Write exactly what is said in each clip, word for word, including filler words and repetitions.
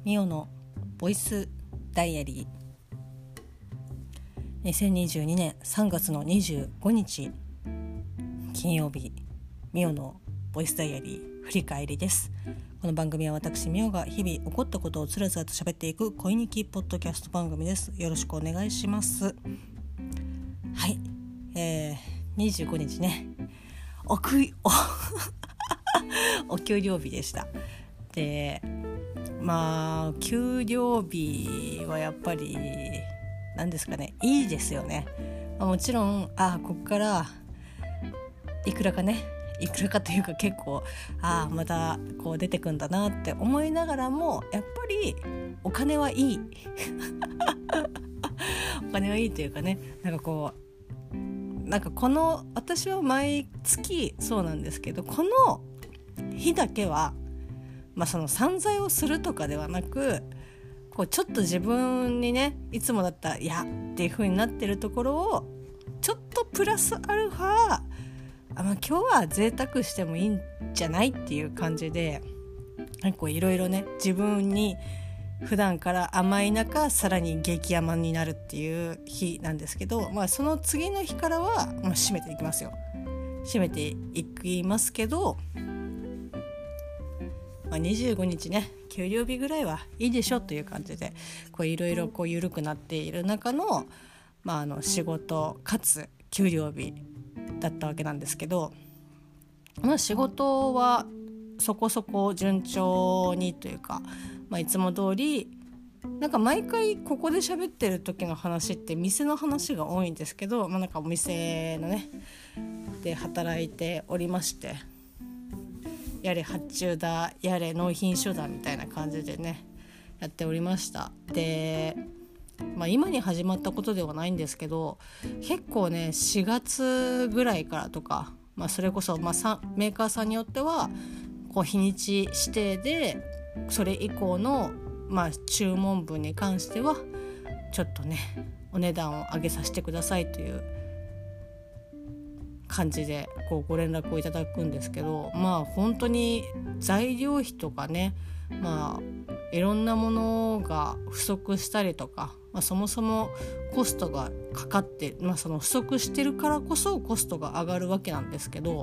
ミオのボイスダイアリー。にせんにじゅうにねんさんがつのにじゅうごにち金曜日、ミオのボイスダイアリー振り返りです。この番組は私ミオが日々起こったことをつらつらと喋っていく恋日記ポッドキャスト番組です。よろしくお願いします。はい、えー、にじゅうごにちねおくいおお給料日でした。でまあ給料日はやっぱり何ですかね、いいですよね。まあ、もちろんあここからいくらかねいくらかというか結構あまたこう出てくんだなって思いながらも、やっぱりお金はいいお金はいいというかね、なんかこうなんかこの私は毎月そうなんですけど、この日だけはまあその散財をするとかではなく、こうちょっと自分にねいつもだったらいやっていう風になってるところをちょっとプラスアルファあ、まあ、今日は贅沢してもいいんじゃないっていう感じで、いろいろね自分に普段から甘い中さらに激甘になるっていう日なんですけど、まあその次の日からはもう締めていきますよ締めていきますけど、まあ、にじゅうごにちね給料日ぐらいはいいでしょという感じで、いろいろ緩くなっている中の、まあ、あの仕事かつ給料日だったわけなんですけど、まあ、仕事はそこそこ順調にというか、まあ、いつも通りなんか毎回ここで喋ってる時の話って店の話が多いんですけど、まあ、なんかお店のねで働いておりまして、やれ発注だやれ納品書だみたいな感じでねやっておりました。で、まあ、今に始まったことではないんですけど、結構ねしがつぐらいからとか、まあ、それこそ、まあ、メーカーさんによってはこう日にち指定でそれ以降の、まあ、注文分に関してはちょっとねお値段を上げさせてくださいという感じでこうご連絡をいただくんですけど、まあ本当に材料費とかね、まあいろんなものが不足したりとか、まあ、そもそもコストがかかって、まあ、その不足してるからこそコストが上がるわけなんですけど、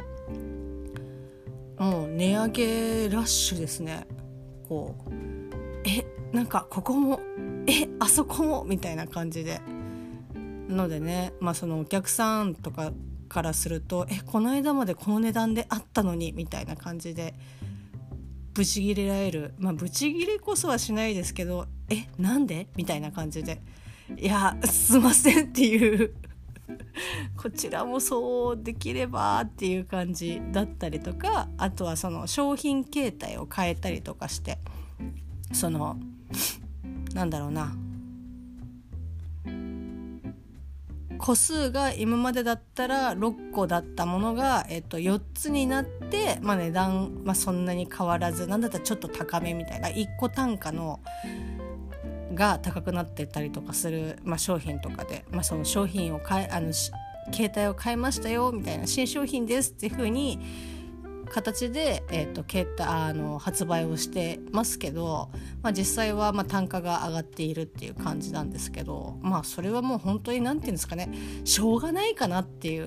もう値上げラッシュですね。こうえなんかここもえあそこもみたいな感じで、なのでね、まあそのお客さんとかからするとえこの間までこの値段であったのにみたいな感じでブチギレられる、まあブチギレこそはしないですけど、えなんでみたいな感じで、いやすいませんっていうこちらもそうできればっていう感じだったりとか、あとはその商品形態を変えたりとかして、そのなんだろうな個数が今までだったらろっこだったものが、えっと、よっつになって、まあ、値段、まあ、そんなに変わらず、なんだったらちょっと高めみたいな、いっこ単価のが高くなってたりとかする、まあ、商品とかで、まあ、その商品を変えあの携帯を変えましたよみたいな、新商品ですっていう風に形で、えー、と携帯あの発売をしてますけど、まあ、実際はまあ単価が上がっているっていう感じなんですけど、まあそれはもう本当になんていうんですかね、しょうがないかなっていう、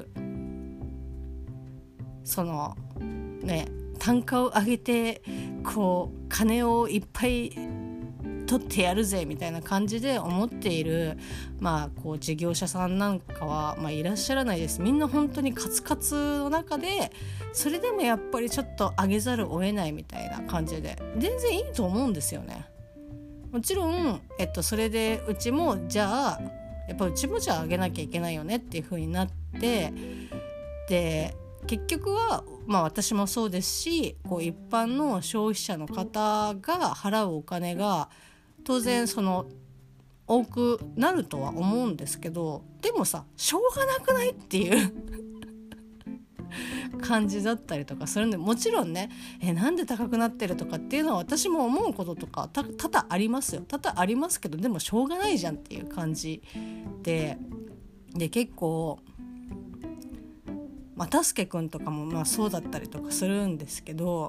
そのね単価を上げてこう金をいっぱい取ってやるぜみたいな感じで思っている、まあこう事業者さんなんかは、まあ、いらっしゃらないです。みんな本当にカツカツの中で、それでもやっぱりちょっと上げざるを得ないみたいな感じで、全然いいと思うんですよね。もちろん、えっと、それでうちもじゃあやっぱうちもじゃあ上げなきゃいけないよねっていう風になって、で結局はまあ私もそうですし、こう一般の消費者の方が払うお金が当然その多くなるとは思うんですけど、でもさしょうがなくないっていう感じだったりとかするんで、もちろんねえなんで高くなってるとかっていうのは私も思うこととか多々ありますよ多々ありますけど、でもしょうがないじゃんっていう感じで、で結構まあ、たすけくんとかもまあそうだったりとかするんですけど、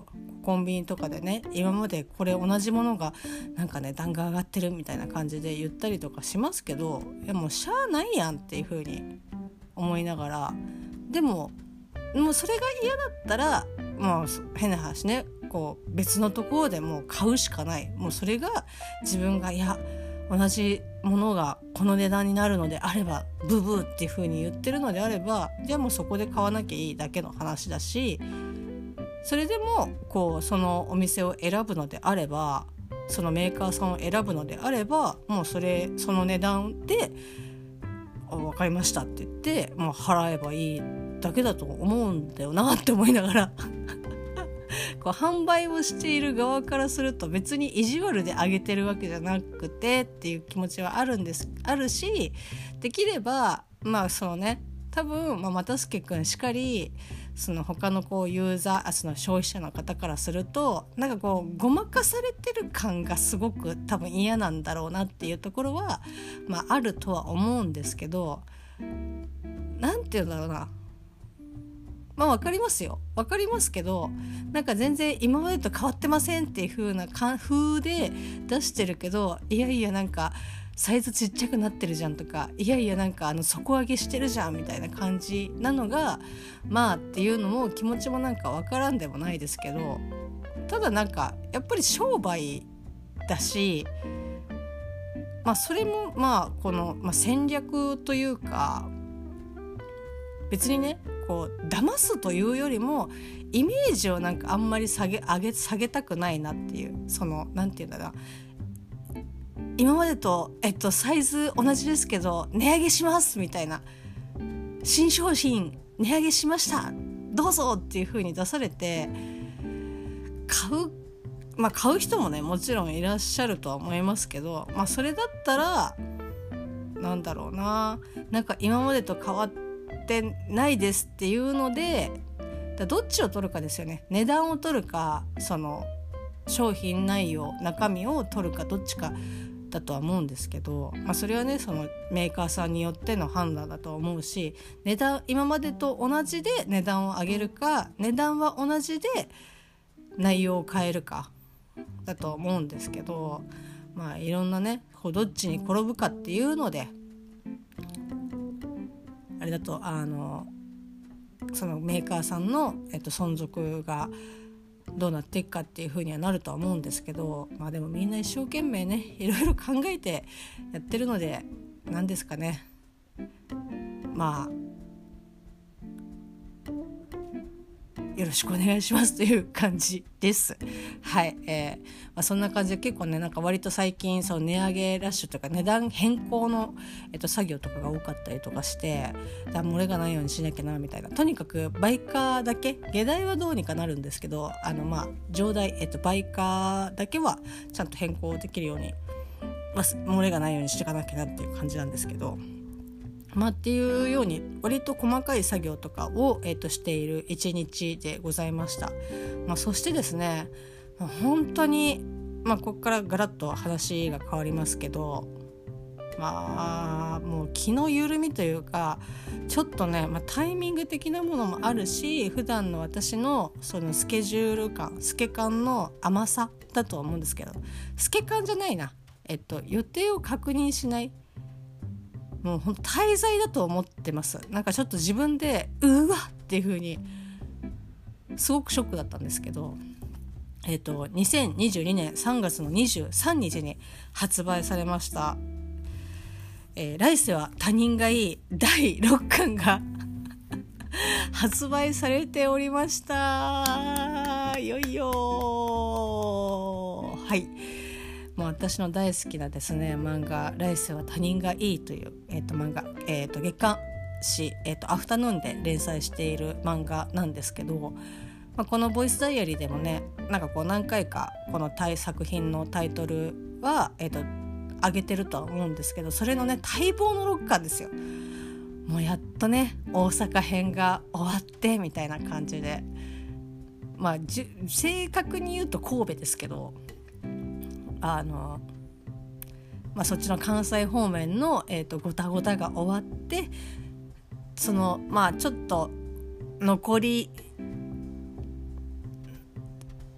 コンビニとかでね、今までこれ同じものがなんか値段が上がってるみたいな感じで言ったりとかしますけど、いやもうしゃあないやんっていう風に思いながら、でももうそれが嫌だったらもう変な話ね、こう別のところでもう買うしかない。もうそれが自分がいや同じものがこの値段になるのであればブブーっていう風に言ってるのであれば、じゃあもうそこで買わなきゃいいだけの話だし、それでもこうそのお店を選ぶのであれば、そのメーカーさんを選ぶのであれば、もうそれその値段で分かりましたって言ってもう払えばいいだけだと思うんだよなって思いながらこう販売をしている側からすると別に意地悪で上げてるわけじゃなくてっていう気持ちはあるんですあるし、できればまあそのね、多分、まあ、又助くんしかりその他のこうユーザーあその消費者の方からするとなんかこうごまかされてる感がすごく多分嫌なんだろうなっていうところは、まあ、あるとは思うんですけど、なんていうんだろうな、まあ分かりますよ分かりますけど、なんか全然今までと変わってませんっていう風な風で出してるけど、いやいやなんかサイズちっちゃくなってるじゃんとか、いやいやなんかあの底上げしてるじゃんみたいな感じなのがまあっていうのも気持ちもなんか分からんでもないですけど、ただなんかやっぱり商売だし、まあそれもまあこの、まあ、戦略というか、別にねこう騙すというよりもイメージをなんかあんまり下げ上げ下げたくないなっていう、そのなんていうんだろうな、今までと、えっと、サイズ同じですけど値上げしますみたいな、新商品値上げしましたどうぞっていう風に出されて買う、まあ買う人もねもちろんいらっしゃるとは思いますけど、まあそれだったらなんだろうな、なんか今までと変わってないですっていうので、だどっちを取るかですよね。値段を取るかその商品内容中身を取るかどっちかだとは思うんですけど、まあ、それはねそのメーカーさんによっての判断だと思うし、値段今までと同じで値段を上げるか値段は同じで内容を変えるかだと思うんですけど、まあいろんなねどっちに転ぶかっていうのであれだとあのそのメーカーさんの、えっと、存続がどうなっていくかっていう風にはなるとは思うんですけど、まあでもみんな一生懸命ねいろいろ考えてやってるので、何ですかね、まあよろしくお願いしますという感じです。はい、えーまあ、そんな感じで結構ねなんか割と最近その値上げラッシュとか値段変更の、えっと、作業とかが多かったりとかして、だ漏れがないようにしなきゃなみたいな、とにかくバイカーだけ下代はどうにかなるんですけど、あのまあ上代、えっと、バイカーだけはちゃんと変更できるように、まあ、漏れがないようにしていかなきゃなっていう感じなんですけど、まあ、っていうように割と細かい作業とかを、えー、としている一日でございました。まあ、そしてですね、まあ、本当に、まあ、ここからガラッと話が変わりますけど、まあもう気の緩みというかちょっとね、まあ、タイミング的なものもあるし、普段の私のそのスケジュール感スケ感の甘さだとは思うんですけど、スケ感じゃないな、えっと予定を確認しない、もう本当滞在だと思ってます。なんかちょっと自分でうわっていう風にすごくショックだったんですけど、えっとにせんにじゅうにねんさんがつのにじゅうさんにちに発売されました、えー、来世は他人がいいだいろっかんが発売されておりました。いよいよはい、もう私の大好きなですね漫画来世は他人がいいという、えー、と漫画、えー、と月刊誌、えー、とアフタヌーンで連載している漫画なんですけど、まあ、このボイスダイアリーでもねなんかこう何回かこの作品のタイトルは、えー、と上げてるとは思うんですけど、それのね待望のろっかんですよ。もうやっとね大阪編が終わってみたいな感じで、まあじ正確に言うと神戸ですけど、あの、まあ、そっちの関西方面の、えーと、ごたごたが終わって、そのまあちょっと残り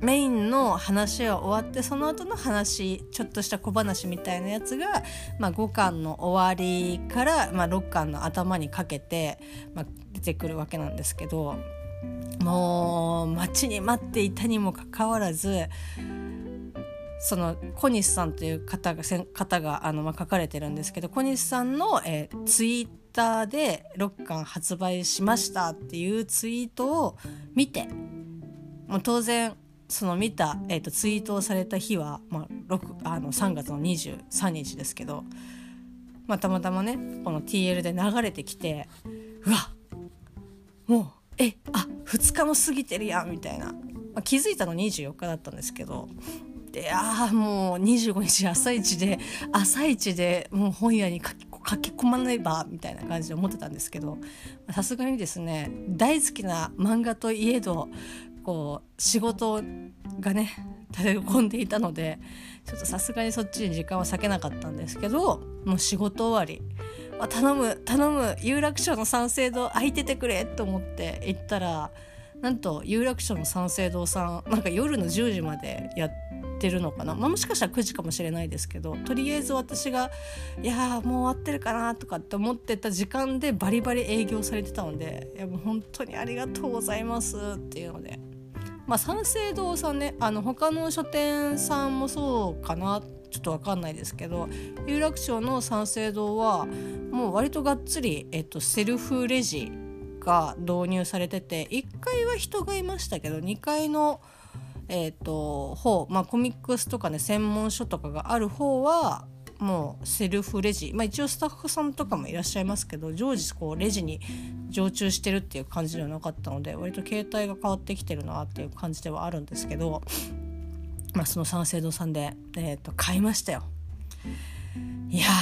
メインの話は終わって、その後の話、ちょっとした小話みたいなやつが、まあ、ごかんの終わりから、まあ、ろっかんの頭にかけて、まあ、出てくるわけなんですけど、もう待ちに待っていたにもかかわらず、その小西さんという方が方があの、まあ、書かれてるんですけど、小西さんの、えー、ツイッターでろっかん発売しましたっていうツイートを見て、もう当然その見た、えー、とツイートをされた日は、まあ、あのさんがつのにじゅうさんにちですけど、まあ、たまたまねこの ティーエル で流れてきて、うわもうえあふつかも過ぎてるやんみたいな、まあ、気づいたのにじゅうよっかだったんですけど、でああもうにじゅうごにち朝一で朝一でもう本屋に駆け込まないばみたいな感じで思ってたんですけど、さすがにですね、大好きな漫画といえどこう仕事がね垂れ込んでいたので、ちょっとさすがにそっちに時間は割けなかったんですけど、もう仕事終わり、あ頼む頼む有楽町の三省堂空いててくれと思って行ったら、なんと有楽町の三省堂さんなんか夜のじゅうじまでやってるのかな、まあ、もしかしたらくじかもしれないですけど、とりあえず私がいやもう終わってるかなとかって思ってた時間でバリバリ営業されてたので、いやもう本当にありがとうございますっていうので、まあ、三省堂さんね、あの他の書店さんもそうかなちょっと分かんないですけど、有楽町の三省堂はもう割とがっつり、えっと、セルフレジが導入されてて、いっかいは人がいましたけど、にかいの、えっと、方、まあ、コミックスとかね専門書とかがある方はもうセルフレジ、まあ、一応スタッフさんとかもいらっしゃいますけど、常時こうレジに常駐してるっていう感じではなかったので、割と携帯が変わってきてるなっていう感じではあるんですけど、まあ、その三省堂さんで、えー、と買いましたよ。いや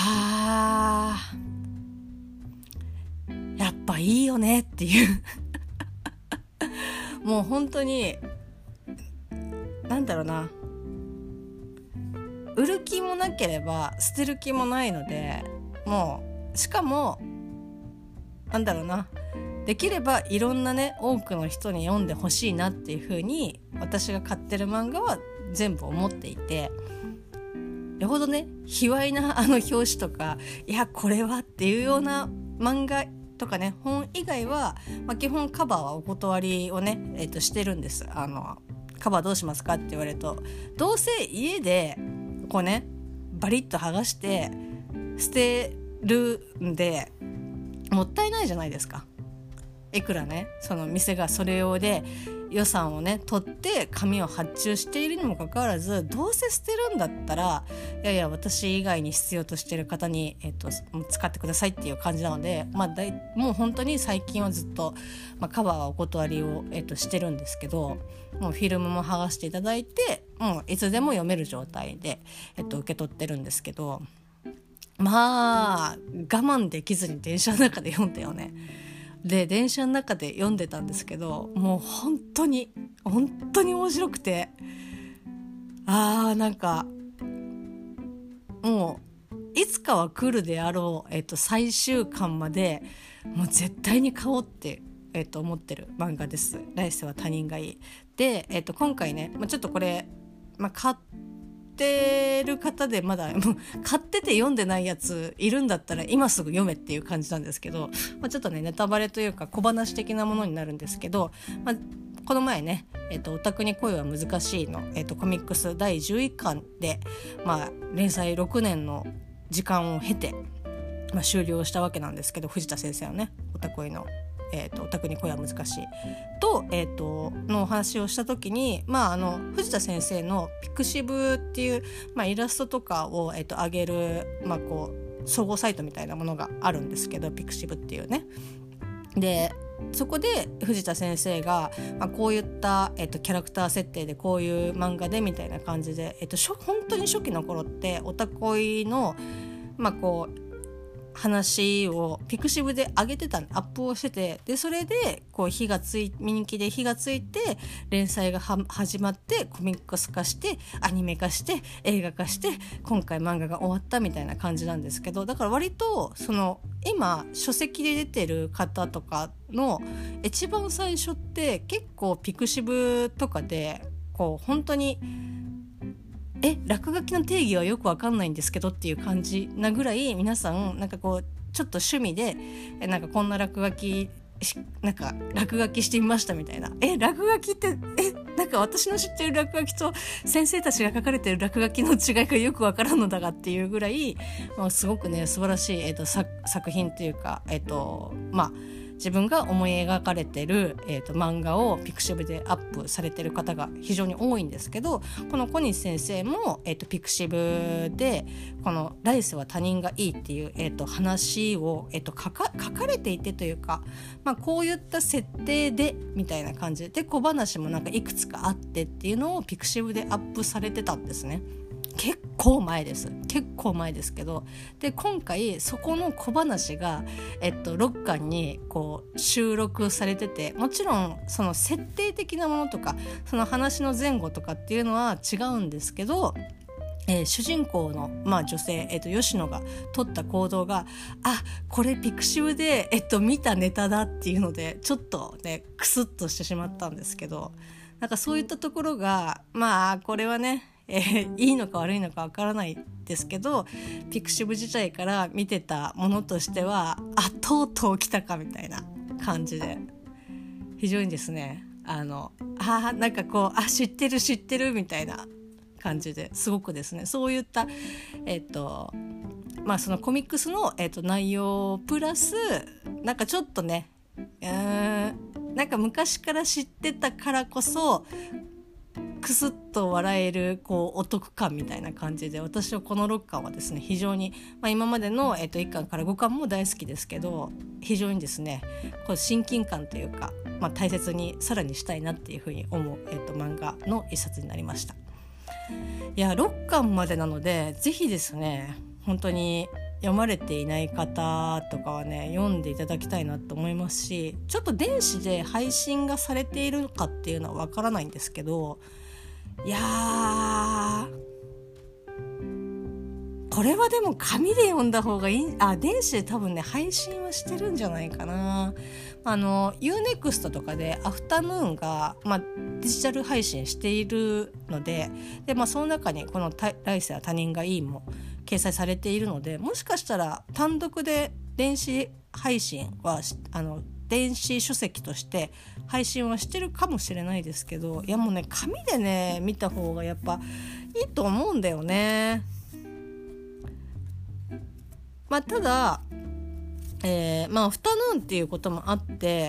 ーやっぱいいよねっていうもう本当になんだろうな、売る気もなければ捨てる気もないので、もうしかもなんだろうな、できればいろんなね多くの人に読んでほしいなっていう風に私が買ってる漫画は全部思っていて、よほどね卑猥なあの表紙とか、いやこれはっていうような漫画とかね本以外は、まあ、基本カバーはお断りをね、えー、としてるんです。あのカバーどうしますかって言われると、どうせ家でこうねバリッと剥がして捨てるんでもったいないじゃないですか。いくらねその店がそれ用で予算をね取って紙を発注しているにもかかわらず、どうせ捨てるんだったらいやいや私以外に必要としている方に、えっと、使ってくださいっていう感じなので、まあ、だいもう本当に最近はずっと、まあ、カバーはお断りを、えっと、してるんですけど、もうフィルムも剥がしていただいてもういつでも読める状態で、えっと、受け取ってるんですけど、まあ我慢できずに電車の中で読んだよね。で電車の中で読んでたんですけど、もう本当に本当に面白くて、あーなんかもういつかは来るであろう、えっと、最終巻までもう絶対に買おうって、えっと、思ってる漫画です。来世は他人がいいで、えっと、今回ね、まあ、ちょっとこれ、まあ、買ってる方でまだもう買ってて読んでないやついるんだったら今すぐ読めっていう感じなんですけど、まあ、ちょっとねネタバレというか小話的なものになるんですけど、まあ、この前ね、えーと、オタクに恋は難しいの、えーと、コミックスだいじゅういっかんで、まあ、連載ろくねんの時間を経て、まあ、終了したわけなんですけど、藤田先生のねオタクのえー、とオタクに恋は難しいと、えー、とのお話をした時に、まあ、あの藤田先生のピクシブっていう、まあ、イラストとかを、えー、と上げる、まあ、こう総合サイトみたいなものがあるんですけど、ピクシブっていうね。でそこで藤田先生が、まあ、こういった、えー、とキャラクター設定でこういう漫画でみたいな感じで、えー、と本当に初期の頃ってオタ恋の、まあ、こう話をピクシブで上げてたアップをしてて、でそれでこう火がつい人気で火がついて連載がは始まってコミックス化してアニメ化して映画化して今回漫画が終わったみたいな感じなんですけど、だから割とその今書籍で出てる方とかの一番最初って結構ピクシブとかでこう本当にえ落書きの定義はよく分かんないんですけどっていう感じなぐらい、皆さんなんかこうちょっと趣味でえなんかこんな落書きなんか落書きしてみましたみたいな、え落書きってえなんか私の知ってる落書きと先生たちが書かれてる落書きの違いがよくわからんのだがっていうぐらい、まあ、すごくね素晴らしい、えーと、作, 作品というか、えーとまあ、自分が思い描かれてる、えーと、漫画をピクシブでアップされてる方が非常に多いんですけど、この小西先生も、えーと、ピクシブでこの来世は他人がいいっていう、えーと、話を、えーと、書か、書かれていてというか、まあ、こういった設定でみたいな感じで小話もなんかいくつかあってっていうのをピクシブでアップされてたんですね。結構前です結構前ですけど、で今回そこの小話が、えっと、ろっかんにこう収録されてて、もちろんその設定的なものとかその話の前後とかっていうのは違うんですけど、えー、主人公の、まあ、女性、えーと、吉野が取った行動があこれピクシブで、えっと、見たネタだっていうのでちょっとねクスッとしてしまったんですけど、なんかそういったところがまあこれはねえー、いいのか悪いのかわからないですけど、ピクシブ自体から見てたものとしてはあとうとう来たかみたいな感じで、非常にですねあのあなんかこうあ知ってる知ってるみたいな感じですごくですね、そういったえっとまあそのコミックスの、えっと、内容プラスなんかちょっとねうーんなんか昔から知ってたからこそクスッと笑えるこうお得感みたいな感じで、私はこのろっかんはですね非常に、まあ、今までの、えっと、いっかんからごかんも大好きですけど、非常にですねこう親近感というか、まあ、大切にさらにしたいなっていうふうに思う、えっと、漫画の一冊になりました。いやろっかんまでなのでぜひですね本当に読まれていない方とかはね読んでいただきたいなと思いますし、ちょっと電子で配信がされているかっていうのはわからないんですけど、いやーこれはでも紙で読んだ方がいい。あ電子で多分ね配信はしてるんじゃないかな。あの ユーネクスト とかでアフタヌーンが、まあ、デジタル配信しているので、で、まあ、その中にこの来世は他人がいいも掲載されているので、もしかしたら単独で電子配信はあの電子書籍として配信はしてるかもしれないですけど、いやもうね紙でね見た方がやっぱいいと思うんだよね。まあただ、えー、まあアフタヌーンっていうこともあって、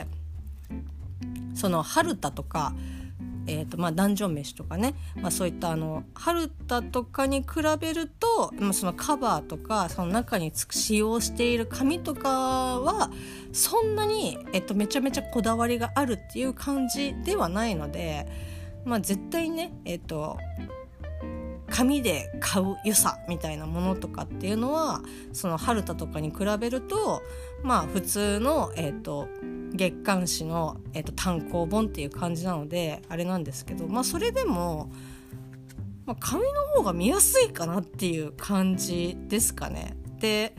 その春田とかえーとまあ、ダンジョン飯とかね、まあ、そういったあの春田とかに比べると、まあ、そのカバーとかその中に使用している紙とかはそんなに、えっと、めちゃめちゃこだわりがあるっていう感じではないので、まあ、絶対ね、えっと、紙で買う良さみたいなものとかっていうのはその春田とかに比べるとまあ普通の、えっと月刊誌の、えーと、単行本っていう感じなのであれなんですけど、まあそれでも、まあ、紙の方が見やすいかなっていう感じですかね。で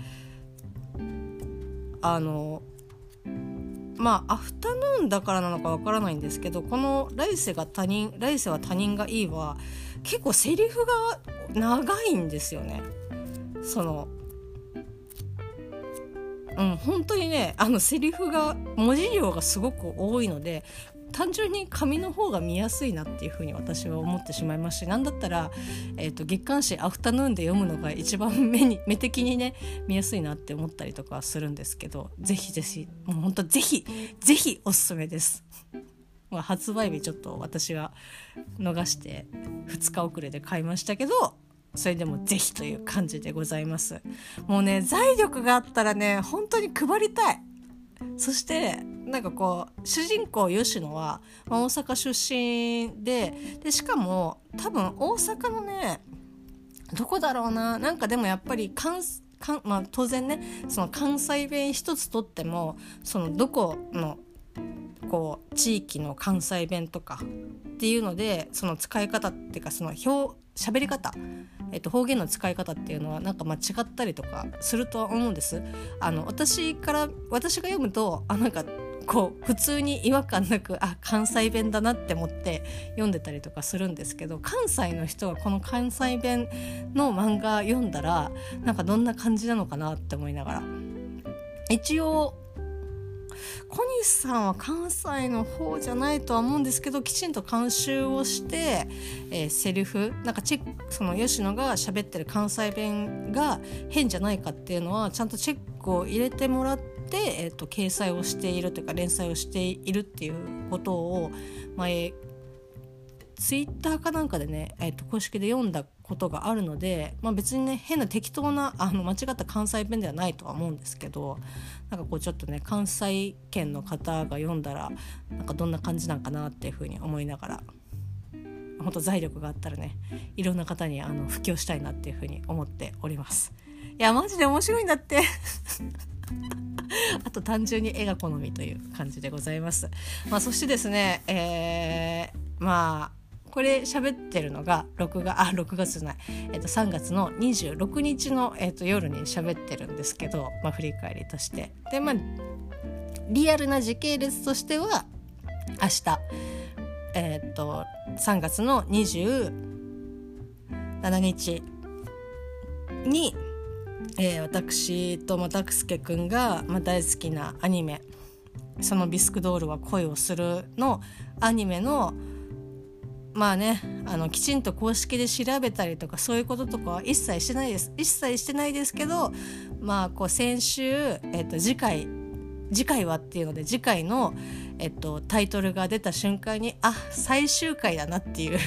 あのまあアフタヌーンだからなのかわからないんですけど、この来世が他人来世は他人がいいは結構セリフが長いんですよね。そのうん、本当にねあのセリフが文字量がすごく多いので単純に紙の方が見やすいなっていうふうに私は思ってしまいますし、なんだったら、えーと、月刊誌アフタヌーンで読むのが一番目に目的にね見やすいなって思ったりとかするんですけど、ぜひぜひもう本当ぜひぜひおすすめです。まあ、発売日ちょっと私は逃してふつか遅れで買いましたけど、それでもぜひという感じでございます。もうね財力があったらね本当に配りたい。そしてなんかこう主人公吉野は、まあ、大阪出身 で, でしかも多分大阪のねどこだろうな、なんかでもやっぱり関関、まあ、当然ねその関西弁一つとってもそのどこのこう地域の関西弁とかっていうのでその使い方っていうかその表喋り方、えっと、方言の使い方っていうのはなんか間違ったりとかするとは思うんです。あの私から私が読むとあなんかこう普通に違和感なくあ関西弁だなって思って読んでたりとかするんですけど、関西の人がこの関西弁の漫画読んだらなんかどんな感じなのかなって思いながら、一応小西さんは関西の方じゃないとは思うんですけど、きちんと監修をして、えー、セリフなんかチェック、その吉野が喋ってる関西弁が変じゃないかっていうのはちゃんとチェックを入れてもらって、えー、と掲載をしているというか連載をしているっていうことを前ツイッターかなんかでね、えー、と公式で読んだことがあるので、まあ、別にね変な適当なあの間違った関西弁ではないとは思うんですけど、なんかこうちょっとね関西圏の方が読んだらなんかどんな感じなんかなっていうふうに思いながら、本当財力があったらねいろんな方にあの布教したいなっていうふうに思っております。いやマジで面白いんだってあと単純に絵が好みという感じでございます。まあ、そしてですね、えー、まあこれ喋ってるのがろくがつあろくがつじゃない、えっと、さんがつのにじゅうろくにちの、えっと、夜に喋ってるんですけど、まあ、振り返りとしてで、まあ、リアルな時系列としては明日、えっと、さんがつのにじゅうしちにちに、えー、私とまたくすけくんが、まあ、大好きなアニメそのビスクドールは恋をするのアニメのまあね、あのきちんと公式で調べたりとかそういうこととかは一切してないです一切してないですけど、まあこう先週、えっと、次回次回はっていうので次回の、えっと、タイトルが出た瞬間にあ最終回だなっていう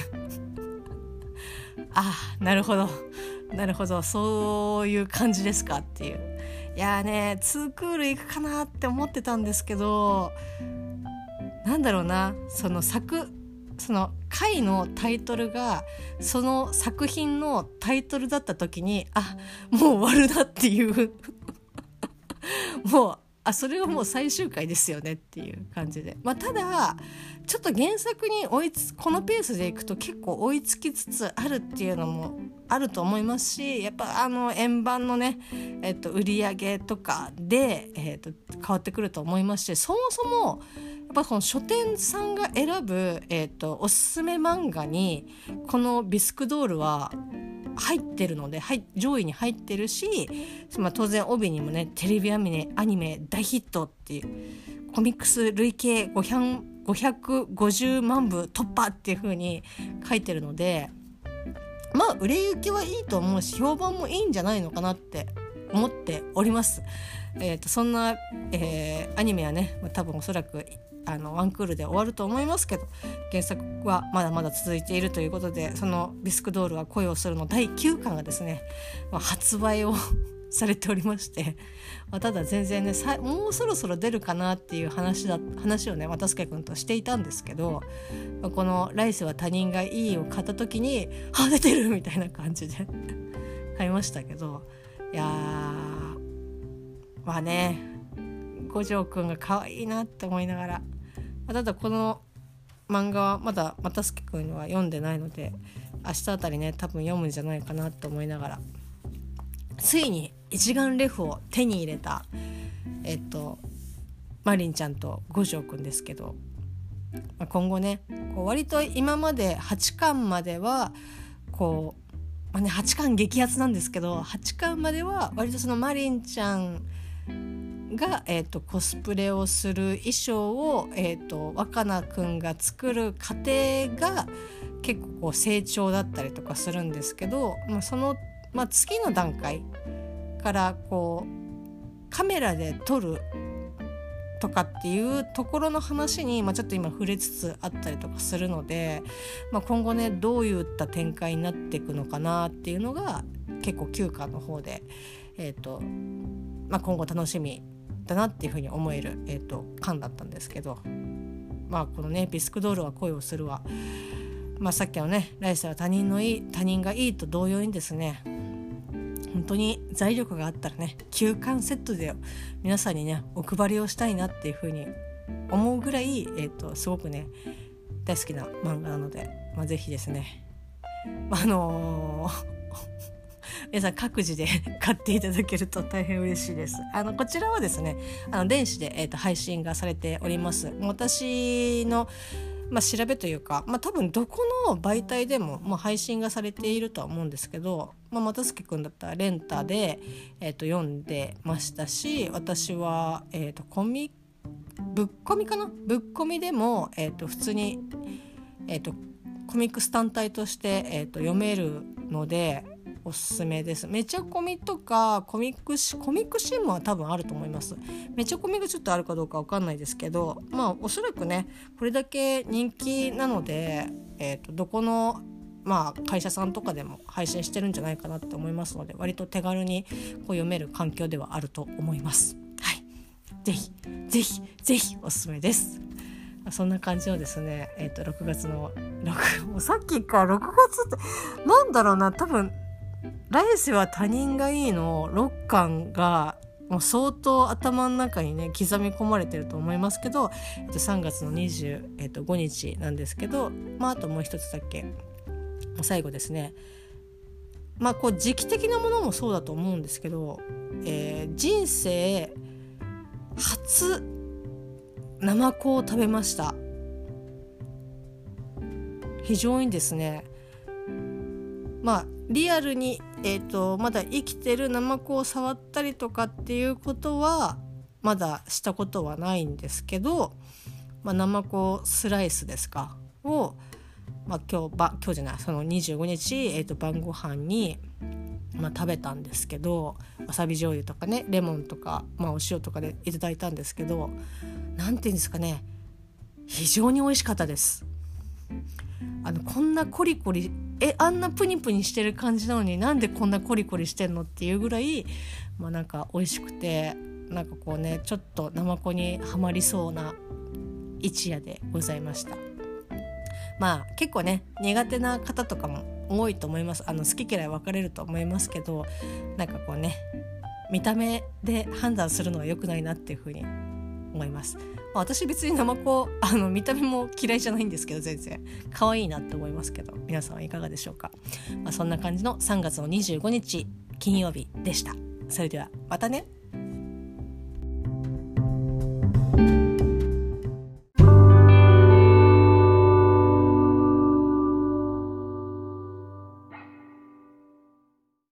あなるほどなるほどそういう感じですかっていう。いやーねツークール行くかなって思ってたんですけど、なんだろうな、その作その回のタイトルがその作品のタイトルだった時にあもう終わるなっていうもうあそれはもう最終回ですよねっていう感じで、まあ、ただちょっと原作に追いつこのペースでいくと結構追いつきつつあるっていうのもあると思いますし、やっぱあの円盤のね、えっと、売り上げとかで、えっと、変わってくると思いますし、そもそもやっぱこの書店さんが選ぶ、えーと、おすすめ漫画にこのビスクドールは入ってるので、はい、上位に入ってるし、まあ、当然帯にもねテレビアニメ、アニメ大ヒットっていうコミックス累計ごひゃくごじゅうまんぶ突破っていう風に書いてるので、まあ売れ行きはいいと思うし評判もいいんじゃないのかなって思っております。えーと、そんな、えー、アニメはね多分おそらくあのワンクールで終わると思いますけど、原作はまだまだ続いているということで、そのビスクドールは恋をするのだいきゅうかんがですね、まあ、発売をされておりまして、まあ、ただ全然ねさもうそろそろ出るかなっていう話だ話をね渡助君としていたんですけど、まあ、この来世は他人がいいを買った時にあ出てるみたいな感じで買いましたけど、いやーまあね五条くんが可愛いなって思いながら、ただこの漫画はまだ又助くんは読んでないので明日あたりね多分読むんじゃないかなと思いながら、ついに一眼レフを手に入れたえっとマリンちゃんと五条くんですけど、まあ、今後ねこう割と今まではちかんまではこう、まあね、はちかん激アツなんですけどはちかんまでは割とそのマリンちゃんが、えーと、コスプレをする衣装を、えーと、若菜くんが作る過程が結構こう成長だったりとかするんですけど、まあ、その、まあ、次の段階からこうカメラで撮るとかっていうところの話に、まあ、ちょっと今触れつつあったりとかするので、まあ、今後ねどういった展開になっていくのかなっていうのが結構きゅうかんの方で、えーとまあ、今後楽しみだなっていうふうに思える、えーと、巻だったんですけど、まあこのねビスクドールは恋をするは、まあ、さっきのね来世は他人のいい他人がいいと同様にですね、本当に財力があったらねきゅうかんセットで皆さんにねお配りをしたいなっていうふうに思うぐらい、えーと、すごくね大好きな漫画なので、まあ、ぜひですね、あのー皆さん各自で買っていただけると大変嬉しいです。あのこちらはですね、あの電子で、えーと、配信がされております。私のまあ、調べというか、まあ、多分どこの媒体でも、まあ、配信がされているとは思うんですけど、まあ、又助くんだったらレンタで、えー、と読んでましたし、私は、えー、とコミブッコミかなブッコミでも、えー、と普通に、えー、とコミックス単体として、えー、と読めるのでおすすめです。めちゃコミとかコミックシコミックシーンは多分あると思います。めちゃコミがちょっとあるかどうかわかんないですけど、まあおそらくねこれだけ人気なので、えーと、どこの、まあ、会社さんとかでも配信してるんじゃないかなって思いますので、割と手軽にこう読める環境ではあると思います。はい、ぜひぜひぜひおすすめです。そんな感じのですね、えーとろくがつのろくもうさっきからろくがつってなんだろうな、多分来世は他人がいいのろっかんがもう相当頭の中にね刻み込まれてると思いますけど、えっと、さんがつのにじゅうごにちなんですけど、まあ、あともう一つだけ最後ですね、まあこう時期的なものもそうだと思うんですけど、えー、人生初ナマコを食べました。非常にですね、まあリアルに、えーと、まだ生きてるナマコを触ったりとかっていうことはまだしたことはないんですけど、まあ、ナマコスライスですかを、まあ、今日ば今日じゃないそのにじゅうごにち、えーと、晩ご飯に、まあ、食べたんですけど、わさび醤油とかねレモンとか、まあ、お塩とかでいただいたんですけど、なんていうんですかね、非常に美味しかったです。あのこんなコリコリえあんなプニプニしてる感じなのになんでこんなコリコリしてんのっていうぐらい、まあ、なんか美味しくて、なんかこうねちょっとナマコにはまりそうな一夜でございました。まあ結構ね苦手な方とかも多いと思います。あの好き嫌い分かれると思いますけど、なんかこうね見た目で判断するのは良くないなっていうふうに思います。まあ、私別にナマコあの見た目も嫌いじゃないんですけど、全然可愛いなって思いますけど、皆さんはいかがでしょうか。まあ、そんな感じのさんがつのにじゅうごにち金曜日でした。それではまたね。